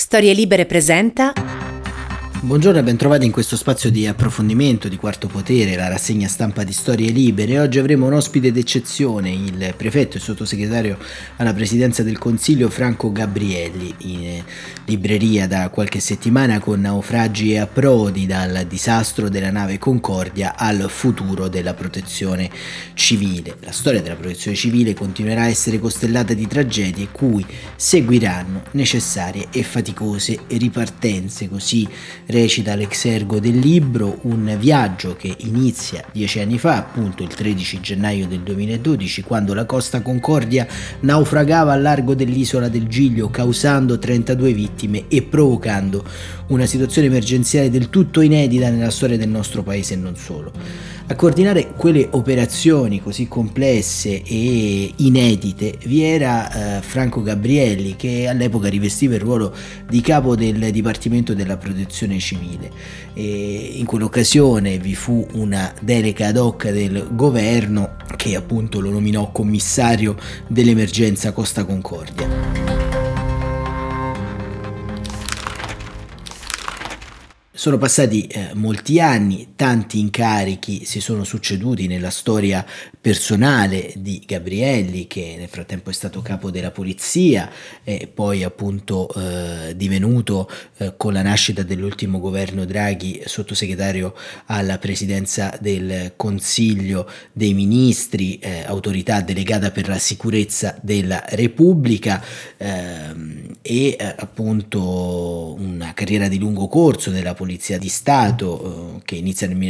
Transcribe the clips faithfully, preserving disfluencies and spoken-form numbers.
Storie Libere presenta. Buongiorno e bentrovati in questo spazio di approfondimento di Quarto Potere, la rassegna stampa di Storie Libere. Oggi avremo un ospite d'eccezione, il prefetto e sottosegretario alla Presidenza del Consiglio Franco Gabrielli, in libreria da qualche settimana con Naufragi e approdi, dal disastro della nave Concordia al futuro della protezione civile. La storia della protezione civile continuerà a essere costellata di tragedie cui seguiranno necessarie e faticose ripartenze, così recita l'exergo del libro, un viaggio che inizia dieci anni fa, appunto il tredici gennaio del duemiladodici, quando la Costa Concordia naufragava al largo dell'isola del Giglio, causando trentadue vittime e provocando una situazione emergenziale del tutto inedita nella storia del nostro paese e non solo. A coordinare quelle operazioni così complesse e inedite vi era eh, Franco Gabrielli, che all'epoca rivestiva il ruolo di capo del Dipartimento della Protezione Civile. E in quell'occasione vi fu una delega ad hoc del governo che appunto lo nominò commissario dell'emergenza Costa Concordia. Sono passati eh, molti anni, tanti incarichi si sono succeduti nella storia personale di Gabrielli, che nel frattempo è stato capo della polizia e poi appunto eh, divenuto eh, con la nascita dell'ultimo governo Draghi sottosegretario alla Presidenza del Consiglio dei Ministri, eh, autorità delegata per la sicurezza della Repubblica, ehm, e eh, appunto una carriera di lungo corso nella polizia di Stato eh, che inizia nel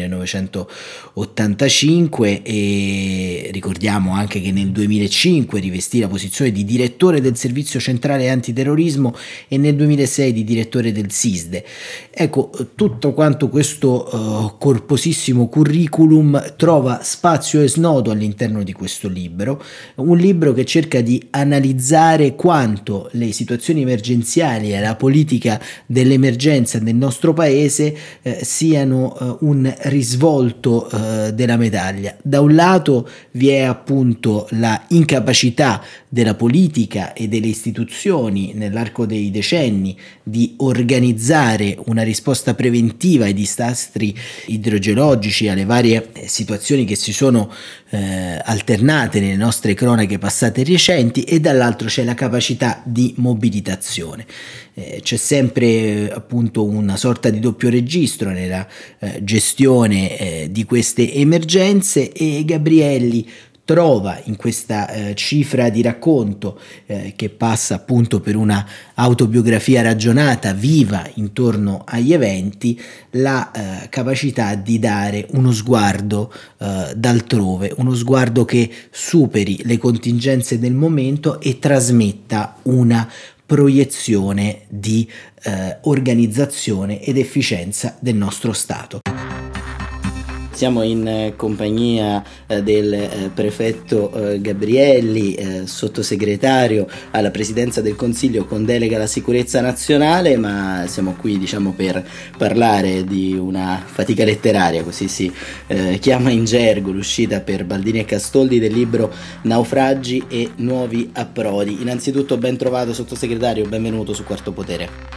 millenovecentottantacinque, e ricordiamo anche che nel duemilacinque rivestì la posizione di direttore del Servizio Centrale Antiterrorismo e nel duemilasei di direttore del SISDE. Ecco, tutto quanto questo uh, corposissimo curriculum trova spazio e snodo all'interno di questo libro, un libro che cerca di analizzare quanto le situazioni emergenziali e la politica dell'emergenza nel nostro paese eh, siano eh, un risvolto eh, della medaglia. Da un lato vi è appunto la incapacità della politica e delle istituzioni nell'arco dei decenni di organizzare una risposta preventiva ai disastri idrogeologici, alle varie situazioni che si sono eh, alternate nelle nostre cronache passate e recenti, e dall'altro c'è la capacità di mobilitazione. Eh, c'è sempre eh, appunto una sorta di doppio registro nella eh, gestione eh, di queste emergenze, e Gabrielli trova in questa eh, cifra di racconto eh, che passa appunto per una autobiografia ragionata, viva intorno agli eventi, la eh, capacità di dare uno sguardo eh, d'altrove, uno sguardo che superi le contingenze del momento e trasmetta una proiezione di eh, organizzazione ed efficienza del nostro Stato. Siamo in eh, compagnia eh, del eh, prefetto eh, Gabrielli, eh, sottosegretario alla Presidenza del Consiglio con delega alla sicurezza nazionale, ma siamo qui diciamo per parlare di una fatica letteraria, così si eh, chiama in gergo l'uscita per Baldini e Castoldi del libro Naufragi e nuovi approdi. Innanzitutto ben trovato sottosegretario, benvenuto su Quarto Potere.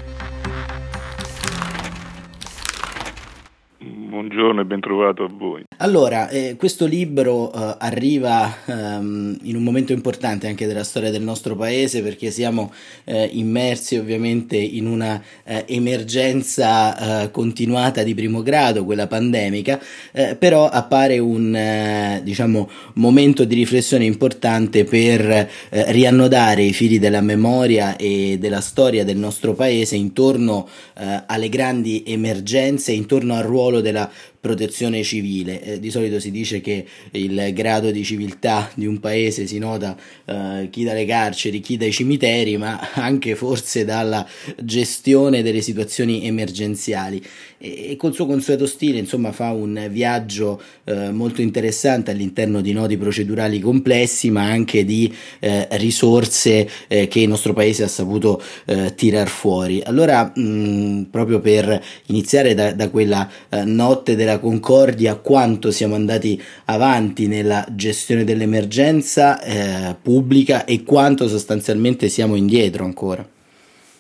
Buongiorno e ben trovato a voi. Allora, eh, questo libro eh, arriva ehm, in un momento importante anche della storia del nostro paese, perché siamo eh, immersi ovviamente in una eh, emergenza eh, continuata di primo grado, quella pandemica, eh, però appare un eh, diciamo momento di riflessione importante per eh, riannodare i fili della memoria e della storia del nostro paese intorno eh, alle grandi emergenze, intorno al ruolo della protezione civile. Eh, di solito si dice che il grado di civiltà di un paese si nota eh, chi dalle carceri, chi dai cimiteri, ma anche forse dalla gestione delle situazioni emergenziali, e, e col suo consueto stile insomma fa un viaggio eh, molto interessante all'interno di nodi procedurali complessi, ma anche di eh, risorse eh, che il nostro paese ha saputo eh, tirar fuori. Allora mh, proprio per iniziare da, da quella eh, notte della Concordia, quanto siamo andati avanti nella gestione dell'emergenza eh, pubblica e quanto sostanzialmente siamo indietro ancora?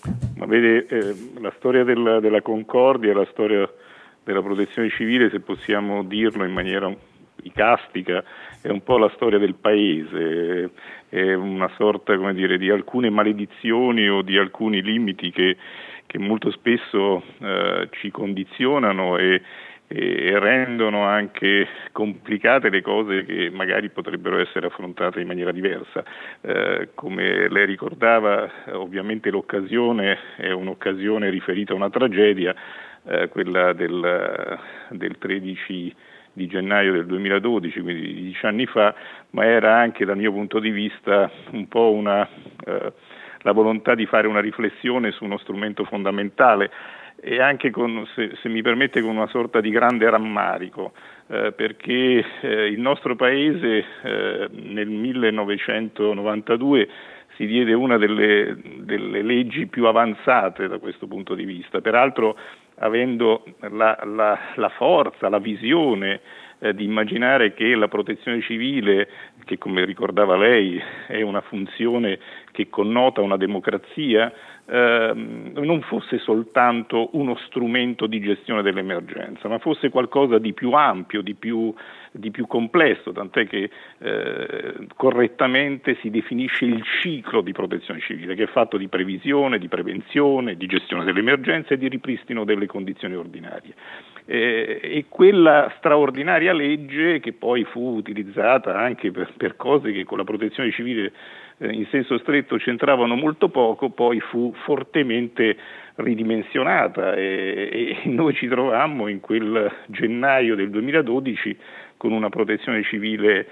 Ma vede, eh, la storia della, della concordia, la storia della protezione civile, se possiamo dirlo in maniera icastica, è un po' la storia del paese, è una sorta, come dire, di alcune maledizioni o di alcuni limiti che, che molto spesso eh, ci condizionano e, e rendono anche complicate le cose che magari potrebbero essere affrontate in maniera diversa. Eh, come lei ricordava, ovviamente l'occasione è un'occasione riferita a una tragedia, eh, quella del, del tredici di gennaio del duemiladodici, quindi dieci anni fa, ma era anche dal mio punto di vista un po' una, eh, la volontà di fare una riflessione su uno strumento fondamentale e anche, con, se, se mi permette, con una sorta di grande rammarico, eh, perché eh, il nostro paese eh, nel millenovecentonovantadue si diede una delle, delle leggi più avanzate da questo punto di vista, peraltro avendo la, la, la forza, la visione eh, di immaginare che la protezione civile, che come ricordava lei è una funzione che connota una democrazia, eh, non fosse soltanto uno strumento di gestione dell'emergenza, ma fosse qualcosa di più ampio, di più, di più complesso, tant'è che eh, correttamente si definisce il ciclo di protezione civile, che è fatto di previsione, di prevenzione, di gestione dell'emergenza e di ripristino delle condizioni ordinarie. Eh, e quella straordinaria legge, che poi fu utilizzata anche per, per cose che con la protezione civile eh, in senso stretto c'entravano molto poco, poi fu fortemente ridimensionata e, e noi ci trovammo in quel gennaio del duemiladodici con una protezione civile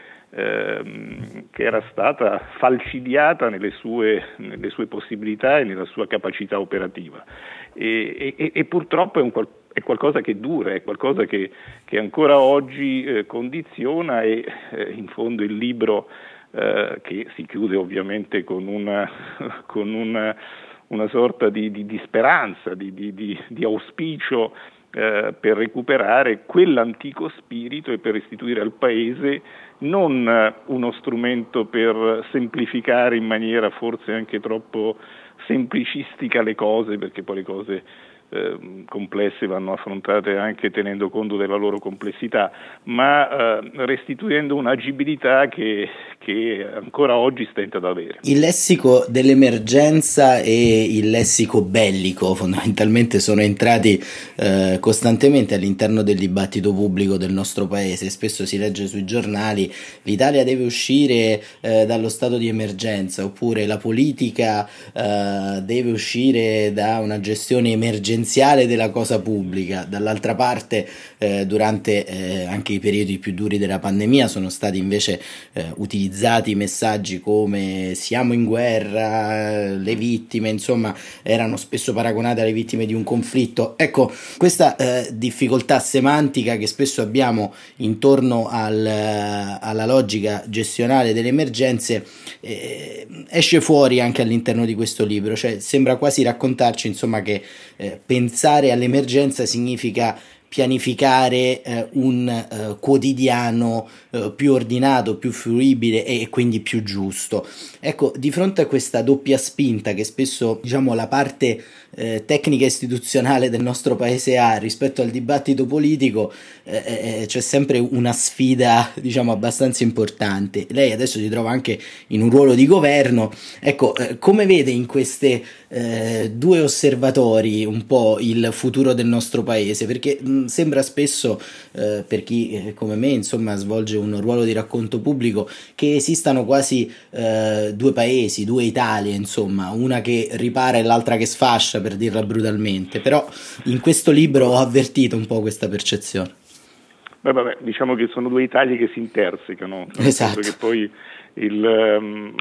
ehm, che era stata falcidiata nelle sue, nelle sue possibilità e nella sua capacità operativa e, e, e purtroppo è un qualcosa è qualcosa che dura, è qualcosa che, che ancora oggi eh, condiziona e eh, in fondo il libro eh, che si chiude ovviamente con una, con una, una sorta di, di, di speranza, di, di, di, di auspicio eh, per recuperare quell'antico spirito e per restituire al Paese non eh, uno strumento per semplificare in maniera forse anche troppo semplicistica le cose, perché poi le cose Eh, complesse vanno affrontate anche tenendo conto della loro complessità, ma eh, restituendo un'agibilità che, che ancora oggi stenta ad avere. Il lessico dell'emergenza e il lessico bellico fondamentalmente sono entrati eh, costantemente all'interno del dibattito pubblico del nostro paese. Spesso si legge sui giornali: l'Italia deve uscire eh, dallo stato di emergenza, oppure la politica eh, deve uscire da una gestione emergenziale della cosa pubblica. Dall'altra parte eh, durante eh, anche i periodi più duri della pandemia sono stati invece eh, utilizzati messaggi come siamo in guerra, le vittime insomma erano spesso paragonate alle vittime di un conflitto. Ecco, questa eh, difficoltà semantica che spesso abbiamo intorno al, alla logica gestionale delle emergenze eh, esce fuori anche all'interno di questo libro, cioè sembra quasi raccontarci insomma che eh, pensare all'emergenza significa pianificare eh, un eh, quotidiano eh, più ordinato, più fruibile e quindi più giusto. Ecco, di fronte a questa doppia spinta che spesso, diciamo, la parte eh, tecnica istituzionale del nostro paese ha rispetto al dibattito politico, eh, eh, c'è sempre una sfida, diciamo, abbastanza importante. Lei adesso si trova anche in un ruolo di governo. Ecco, eh, come vede in queste eh, due osservatori un po' il futuro del nostro paese? Perché mh, sembra spesso eh, per chi eh, come me insomma svolge un ruolo di racconto pubblico che esistano quasi eh, due paesi, due Italie, insomma, una che ripara e l'altra che sfascia, per dirla brutalmente. Però in questo libro ho avvertito un po' questa percezione. Beh, vabbè, diciamo che sono due Italie che si intersecano, nel esatto. senso che poi il, um,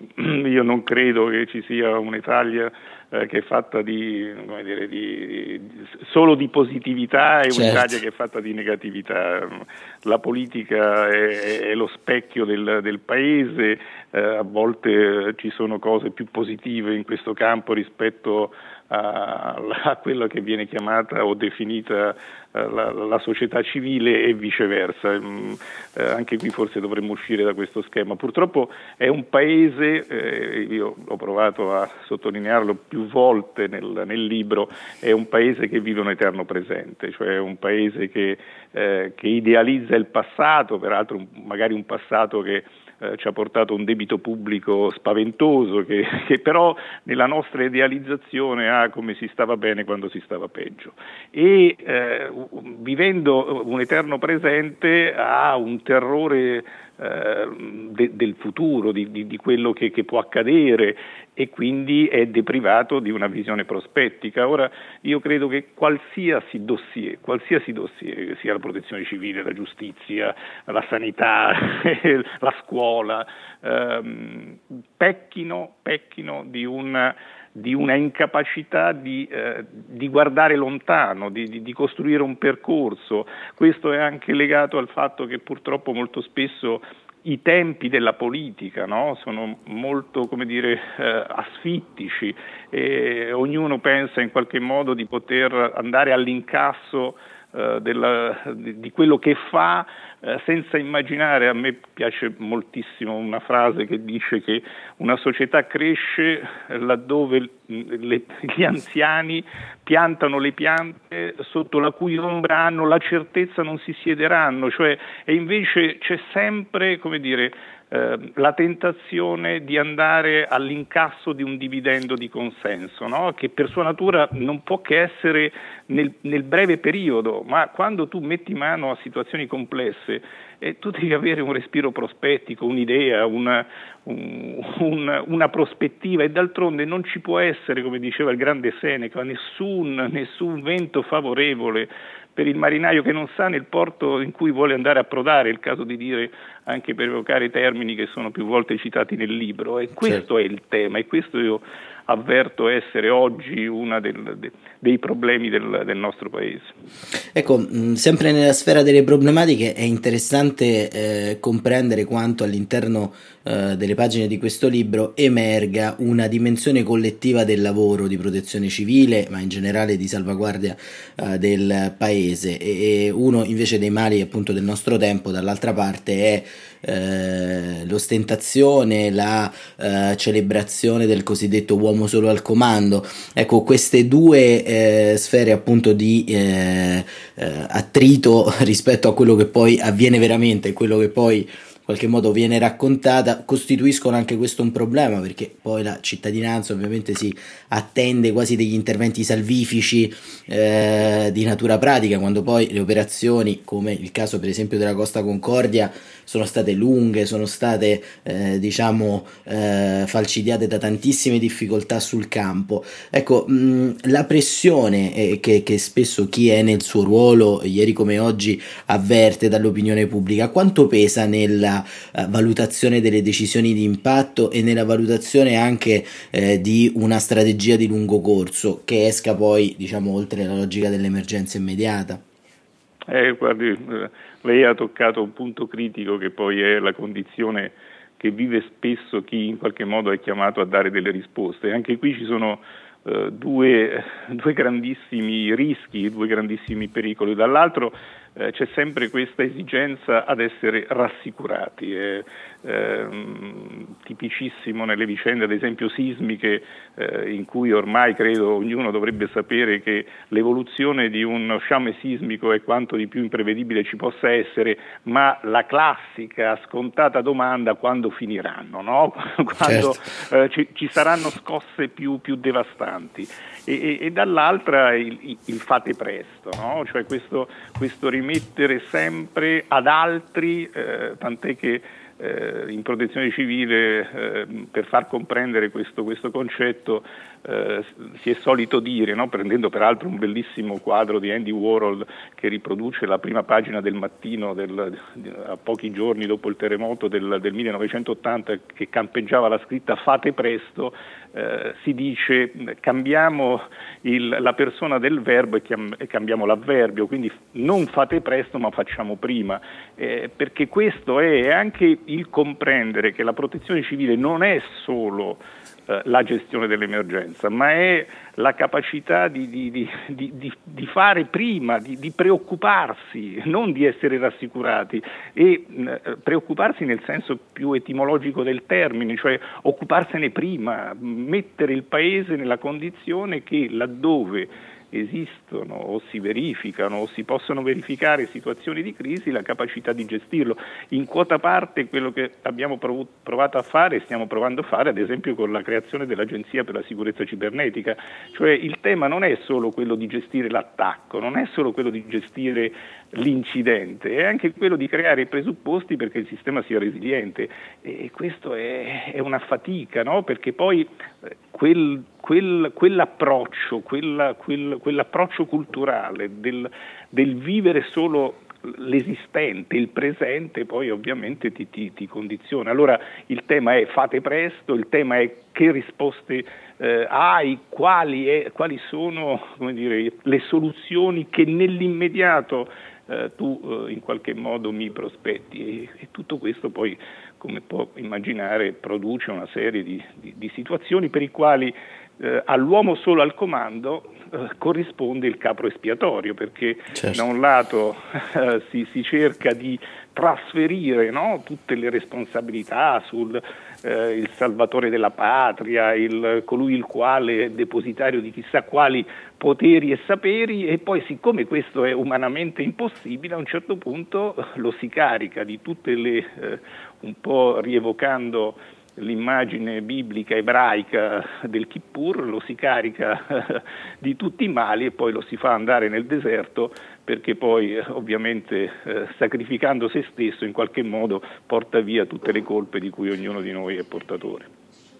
io non credo che ci sia un'Italia eh, che è fatta di, come dire, di, di solo di positività e certo. Un'Italia che è fatta di negatività. La politica è, è lo specchio del, del paese, eh, a volte ci sono cose più positive in questo campo rispetto a, a quello che viene chiamata o definita La, la società civile e viceversa. Mm, eh, anche qui forse dovremmo uscire da questo schema. Purtroppo è un paese, eh, io ho provato a sottolinearlo più volte nel, nel libro, è un paese che vive un eterno presente, cioè un paese che, eh, che idealizza il passato, peraltro magari un passato che Eh, ci ha portato un debito pubblico spaventoso che, che però nella nostra idealizzazione ha come si stava bene quando si stava peggio e eh, vivendo un eterno presente ha un terrore eh, de, del futuro, di, di, di quello che, che può accadere e quindi è deprivato di una visione prospettica. Ora io credo che qualsiasi dossier, qualsiasi dossier, che sia la protezione civile, la giustizia, la sanità, la scuola, ehm, pecchino, pecchino di una di una incapacità di, eh, di guardare lontano, di, di, di costruire un percorso. Questo è anche legato al fatto che purtroppo molto spesso i tempi della politica, no? Sono molto, come dire, eh, asfittici e ognuno pensa in qualche modo di poter andare all'incasso eh, della, di, di quello che fa eh, senza immaginare. A me piace moltissimo una frase che dice che una società cresce laddove le, gli anziani piantano le piante sotto la cui ombra hanno la certezza non si siederanno, cioè e invece c'è sempre, come dire, eh, la tentazione di andare all'incasso di un dividendo di consenso, no? Che per sua natura non può che essere nel, nel breve periodo, ma quando tu metti mano a situazioni complesse e tu devi avere un respiro prospettico, un'idea, una, un, un, una prospettiva e d'altronde non ci può essere, come diceva il grande Seneca, nessun, nessun vento favorevole per il marinaio che non sa nel porto in cui vuole andare a approdare, è il caso di dire anche per evocare termini che sono più volte citati nel libro e questo certo. È il tema e questo io avverto essere oggi uno del, de, dei problemi del, del nostro paese. Ecco, mh, sempre nella sfera delle problematiche è interessante eh, comprendere quanto all'interno eh, delle pagine di questo libro emerga una dimensione collettiva del lavoro di protezione civile, ma in generale di salvaguardia eh, del paese e, e uno invece dei mali appunto del nostro tempo dall'altra parte è Eh, l'ostentazione, la eh, celebrazione del cosiddetto uomo solo al comando. Ecco, queste due eh, sfere appunto di eh, eh, attrito rispetto a quello che poi avviene veramente e quello che poi in qualche modo viene raccontata costituiscono anche questo un problema, perché poi la cittadinanza ovviamente si attende quasi degli interventi salvifici eh, di natura pratica, quando poi le operazioni, come il caso per esempio della Costa Concordia, sono state lunghe, sono state eh, diciamo eh, falcidiate da tantissime difficoltà sul campo. Ecco, mh, la pressione eh, che, che spesso chi è nel suo ruolo, ieri come oggi, avverte dall'opinione pubblica, quanto pesa nella uh, valutazione delle decisioni di impatto e nella valutazione anche eh, di una strategia di lungo corso che esca poi, diciamo, oltre la logica dell'emergenza immediata? Eh, guardi, eh, lei ha toccato un punto critico che poi è la condizione che vive spesso chi in qualche modo è chiamato a dare delle risposte. Anche qui ci sono eh, due, due grandissimi rischi, due grandissimi pericoli. Dall'altro eh, c'è sempre questa esigenza ad essere rassicurati. È eh, tipicissimo nelle vicende, ad esempio sismiche, eh, in cui ormai credo ognuno dovrebbe sapere che l'evoluzione di uno sciame sismico è quanto di più imprevedibile ci possa essere, ma la classica scontata domanda: quando finiranno, no? Quando certo. eh, ci, ci saranno scosse più, più devastanti. E, e, e dall'altra il, il, il fate presto, no? Cioè questo, questo rimettere sempre ad altri, eh, tant'è che eh, in protezione civile eh, per far comprendere questo, questo concetto eh, si è solito dire, no? Prendendo peraltro un bellissimo quadro di Andy Warhol che riproduce la prima pagina del Mattino del, a pochi giorni dopo il terremoto del, del millenovecentottanta, che campeggiava la scritta fate presto. Eh, si dice cambiamo il, la persona del verbo e, chiam, e cambiamo l'avverbio, quindi non fate presto ma facciamo prima, eh, perché questo è anche il comprendere che la protezione civile non è solo eh, la gestione dell'emergenza, ma è la capacità di, di, di, di, di fare prima, di, di preoccuparsi, non di essere rassicurati, e eh, preoccuparsi nel senso più etimologico del termine, cioè occuparsene prima, mettere il Paese nella condizione che laddove esistono o si verificano o si possono verificare situazioni di crisi, la capacità di gestirlo. In quota parte quello che abbiamo prov- provato a fare e stiamo provando a fare, ad esempio con la creazione dell'Agenzia per la sicurezza cibernetica, cioè il tema non è solo quello di gestire l'attacco, non è solo quello di gestire l'incidente, è anche quello di creare i presupposti perché il sistema sia resiliente, e questo è, è una fatica, no? Perché poi quel Quel, quell'approccio, quella, quel, quell'approccio culturale del, del vivere solo l'esistente, il presente, poi ovviamente ti, ti, ti condiziona. Allora il tema è fate presto, il tema è che risposte eh, hai, quali, è, quali sono, come dire, le soluzioni che nell'immediato eh, tu eh, in qualche modo mi prospetti, e, e tutto questo poi, come può immaginare, produce una serie di, di, di situazioni per i quali Eh, all'uomo solo al comando eh, corrisponde il capro espiatorio, perché certo, da un lato eh, si, si cerca di trasferire, no, tutte le responsabilità sul eh, il salvatore della patria, il, colui il quale è depositario di chissà quali poteri e saperi, e poi siccome questo è umanamente impossibile, a un certo punto lo si carica di tutte le, eh, un po' rievocando l'immagine biblica ebraica del Kippur, lo si carica di tutti i mali e poi lo si fa andare nel deserto, perché poi ovviamente eh, sacrificando se stesso in qualche modo porta via tutte le colpe di cui ognuno di noi è portatore.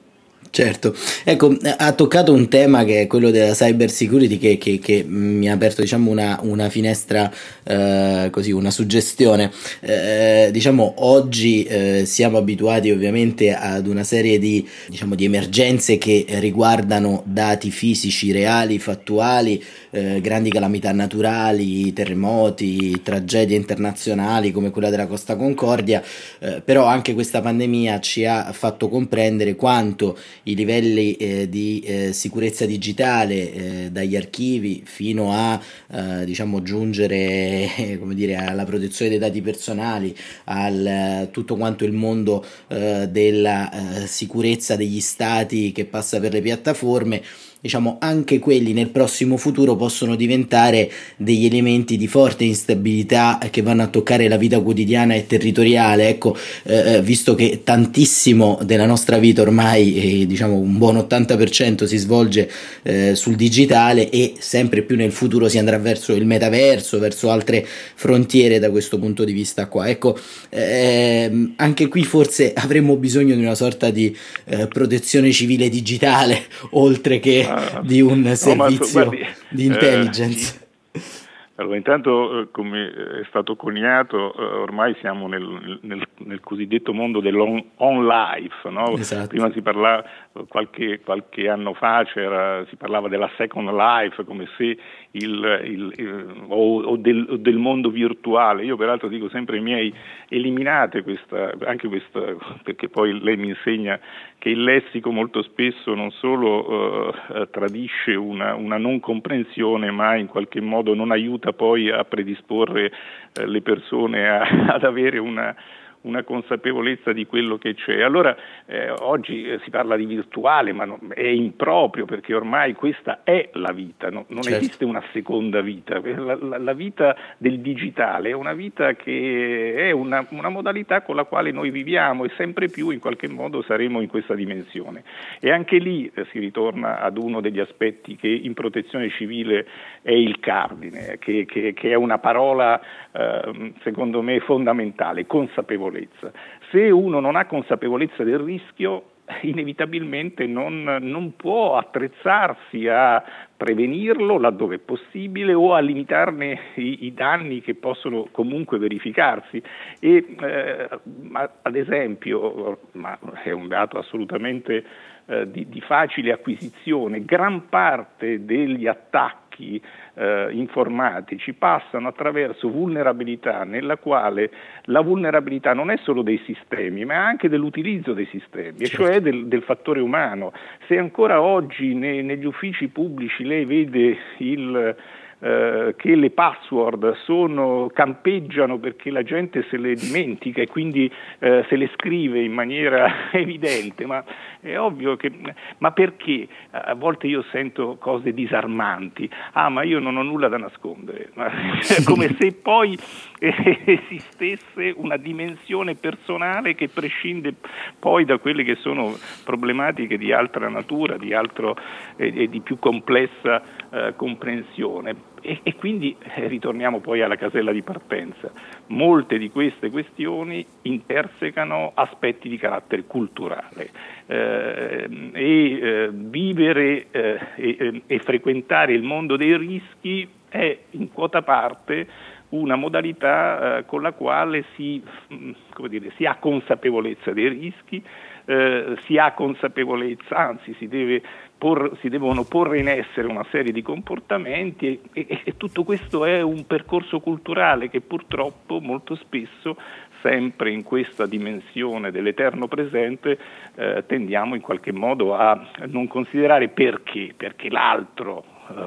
Certo, ecco, ha toccato un tema che è quello della cyber security che, che, che mi ha aperto, diciamo, una, una finestra, eh, così, una suggestione. Eh, diciamo, oggi eh, siamo abituati ovviamente ad una serie di, diciamo, di emergenze che riguardano dati fisici reali, fattuali, eh, grandi calamità naturali, terremoti, tragedie internazionali come quella della Costa Concordia, eh, però anche questa pandemia ci ha fatto comprendere quanto i livelli eh, di eh, sicurezza digitale, eh, dagli archivi fino a eh, diciamo giungere eh, come dire, alla protezione dei dati personali, al tutto quanto il mondo eh, della eh, sicurezza degli stati che passa per le piattaforme. Diciamo, anche quelli nel prossimo futuro possono diventare degli elementi di forte instabilità che vanno a toccare la vita quotidiana e territoriale. Ecco, eh, visto che tantissimo della nostra vita ormai, eh, diciamo un buon ottanta per cento si svolge eh, sul digitale, e sempre più nel futuro si andrà verso il metaverso, verso altre frontiere da questo punto di vista qua. Ecco, ehm, anche qui forse avremmo bisogno di una sorta di eh, protezione civile digitale, oltre che di un servizio no, guardi, di intelligence. Eh, sì. Allora, intanto, come è stato coniato, ormai siamo nel, nel, nel cosiddetto mondo dell'on on life, no? Esatto. Prima si parlava, qualche, qualche anno fa c'era, si parlava della second life, come se il, il, il o, o, del, o del mondo virtuale. Io peraltro dico sempre ai miei: eliminate questa, anche questa, perché poi lei mi insegna che il lessico molto spesso non solo uh, tradisce una, una non comprensione, ma in qualche modo non aiuta poi a predisporre uh, le persone a, ad avere una una consapevolezza di quello che c'è. Allora eh, oggi eh, si parla di virtuale, ma no, è improprio, perché ormai questa è la vita, no? Non certo. esiste una seconda vita. La, la, la vita del digitale è una vita che è una, una modalità con la quale noi viviamo, e sempre più in qualche modo saremo in questa dimensione. E anche lì eh, si ritorna ad uno degli aspetti che in protezione civile è il cardine, che, che, che è una parola eh, secondo me fondamentale: consapevolezza. Se uno non ha consapevolezza del rischio, inevitabilmente non, non può attrezzarsi a prevenirlo laddove è possibile o a limitarne i, i danni che possono comunque verificarsi. E eh, ad esempio, ma è un dato assolutamente eh, di, di facile acquisizione, gran parte degli attacchi attacchi eh, informatici passano attraverso vulnerabilità, nella quale la vulnerabilità non è solo dei sistemi, ma anche dell'utilizzo dei sistemi, certo. E cioè del, del fattore umano. Se ancora oggi ne, negli uffici pubblici lei vede il Eh, che le password sono, campeggiano perché la gente se le dimentica e quindi eh, se le scrive in maniera evidente, ma è ovvio che, ma perché? A volte io sento cose disarmanti, ah ma io non ho nulla da nascondere, come se poi eh, esistesse una dimensione personale che prescinde poi da quelle che sono problematiche di altra natura, di altro e eh, di più complessa eh, comprensione. E, e quindi eh, ritorniamo poi alla casella di partenza. Molte di queste questioni intersecano aspetti di carattere culturale eh, e eh, vivere eh, e, e frequentare il mondo dei rischi è in quota parte una modalità eh, con la quale si, come dire, si ha consapevolezza dei rischi, eh, si ha consapevolezza, anzi si deve por, si devono porre in essere una serie di comportamenti e, e, e tutto questo è un percorso culturale che purtroppo molto spesso, sempre in questa dimensione dell'eterno presente, eh, tendiamo in qualche modo a non considerare perché, perché l'altro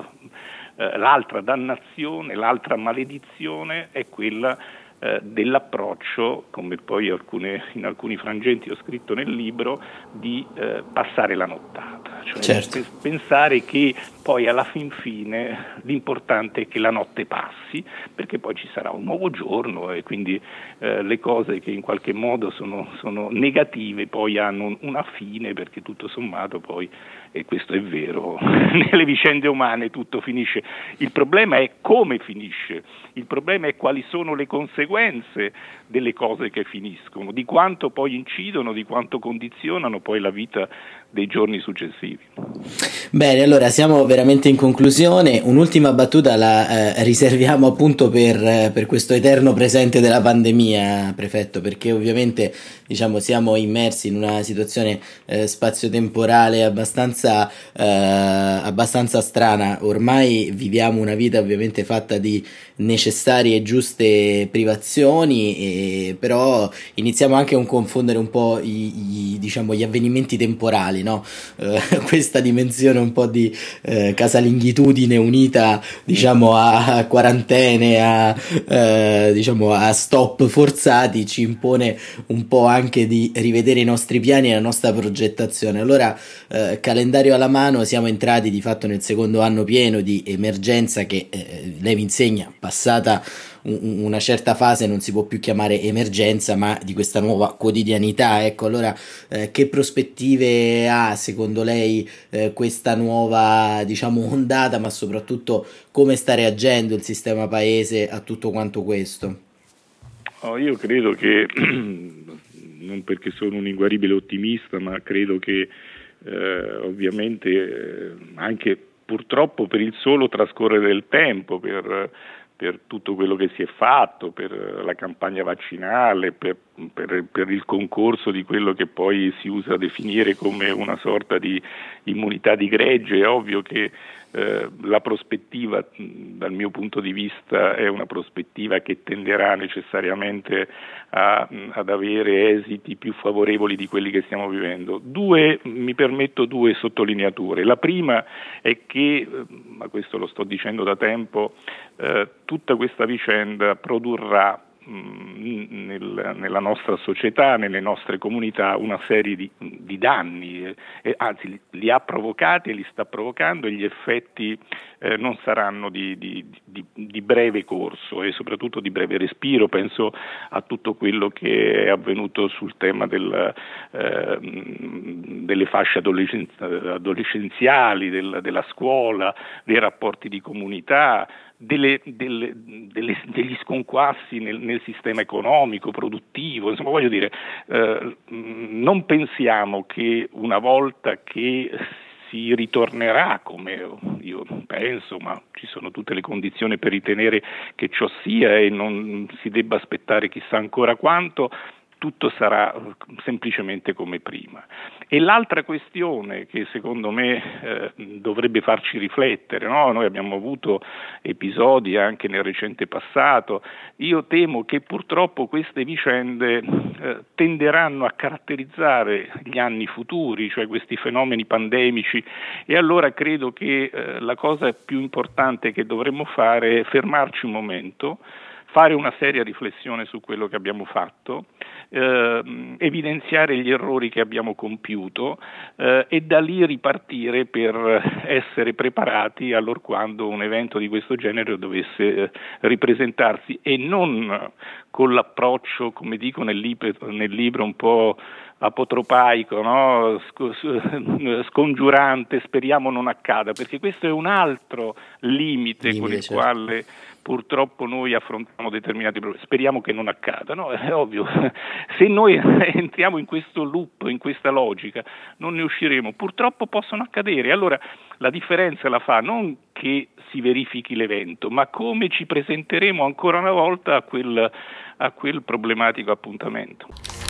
eh, l'altra dannazione, l'altra maledizione è quella eh, dell'approccio, come poi alcune, in alcuni frangenti ho scritto nel libro, di eh, passare la nottata, cioè certo. Pensare che poi alla fin fine l'importante è che la notte passi, perché poi ci sarà un nuovo giorno e quindi eh, le cose che in qualche modo sono, sono negative poi hanno una fine, perché tutto sommato poi, e questo è vero, nelle vicende umane tutto finisce. Il problema è come finisce, il problema è quali sono le conseguenze delle cose che finiscono, di quanto poi incidono, di quanto condizionano poi la vita dei giorni successivi. Bene, allora siamo veramente in conclusione. Un'ultima battuta la eh, riserviamo appunto per, eh, per questo eterno presente della pandemia, prefetto, perché ovviamente diciamo siamo immersi in una situazione eh, spazio-temporale abbastanza, eh, abbastanza strana. Ormai viviamo una vita ovviamente fatta di necessarie e giuste privazioni, e, però iniziamo anche a confondere un po' i, i, diciamo, gli avvenimenti temporali, no? Eh, questa dimensione un po' di eh, casalinghitudine unita, diciamo, a, a quarantene, a eh, diciamo a stop forzati, ci impone un po' anche di rivedere i nostri piani e la nostra progettazione. Allora, eh, calendario alla mano, siamo entrati di fatto nel secondo anno pieno di emergenza che eh, lei mi insegna, passata un, una certa fase non si può più chiamare emergenza, ma di questa nuova quotidianità. Ecco, allora eh, che prospettive ha secondo lei eh, questa nuova, diciamo, ondata, ma soprattutto come sta reagendo il sistema paese a tutto quanto questo? Oh, io credo che, non perché sono un inguaribile ottimista, ma credo che eh, ovviamente eh, anche purtroppo per il solo trascorrere del tempo, per, per tutto quello che si è fatto, per la campagna vaccinale, per, per, per il concorso di quello che poi si usa a definire come una sorta di immunità di gregge, è ovvio che Eh, la prospettiva dal mio punto di vista è una prospettiva che tenderà necessariamente a, ad avere esiti più favorevoli di quelli che stiamo vivendo. Due, mi permetto due sottolineature. La prima è che, ma questo lo sto dicendo da tempo, eh, tutta questa vicenda produrrà Nel, nella nostra società, nelle nostre comunità, una serie di, di danni, eh, eh, anzi li, li ha provocati e li sta provocando, e gli effetti eh, non saranno di, di, di, di breve corso e soprattutto di breve respiro. Penso a tutto quello che è avvenuto sul tema del, eh, delle fasce adolescenz- adolescenziali, del, della scuola, dei rapporti di comunità, Delle, delle, delle, degli sconquassi nel, nel sistema economico, produttivo. Insomma, voglio dire, eh, non pensiamo che una volta che si ritornerà, come io penso, ma ci sono tutte le condizioni per ritenere che ciò sia e non si debba aspettare chissà ancora quanto, tutto sarà semplicemente come prima. E l'altra questione che secondo me eh, dovrebbe farci riflettere, no? Noi abbiamo avuto episodi anche nel recente passato, io temo che purtroppo queste vicende eh, tenderanno a caratterizzare gli anni futuri, cioè questi fenomeni pandemici, e allora credo che eh, la cosa più importante che dovremmo fare è fermarci un momento, fare una seria riflessione su quello che abbiamo fatto, eh, evidenziare gli errori che abbiamo compiuto eh, e da lì ripartire per essere preparati allorquando un evento di questo genere dovesse eh, ripresentarsi, e non con l'approccio, come dico nel libro, nel libro un po' apotropaico, no? Scongiurante, speriamo non accada, perché questo è un altro limite, limite con il certo. quale purtroppo noi affrontiamo determinati problemi. Speriamo che non accada, no? È ovvio, se noi entriamo in questo loop, in questa logica, non ne usciremo. Purtroppo possono accadere, allora la differenza la fa non che si verifichi l'evento, ma come ci presenteremo ancora una volta a quel, a quel problematico appuntamento.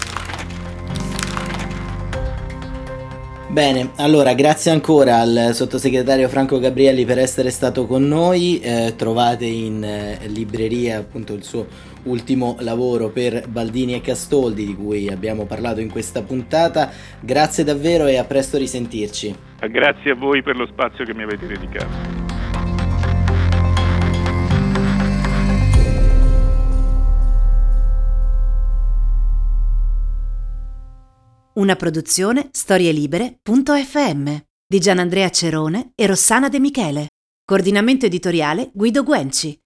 Bene, allora grazie ancora al sottosegretario Franco Gabrielli per essere stato con noi. Eh, trovate in eh, libreria appunto il suo ultimo lavoro per Baldini e Castoldi, di cui abbiamo parlato in questa puntata. Grazie davvero e a presto risentirci. Grazie a voi per lo spazio che mi avete dedicato. Una produzione storielibere punto effe emme di Gianandrea Cerone e Rossana De Michele. Coordinamento editoriale Guido Guenci.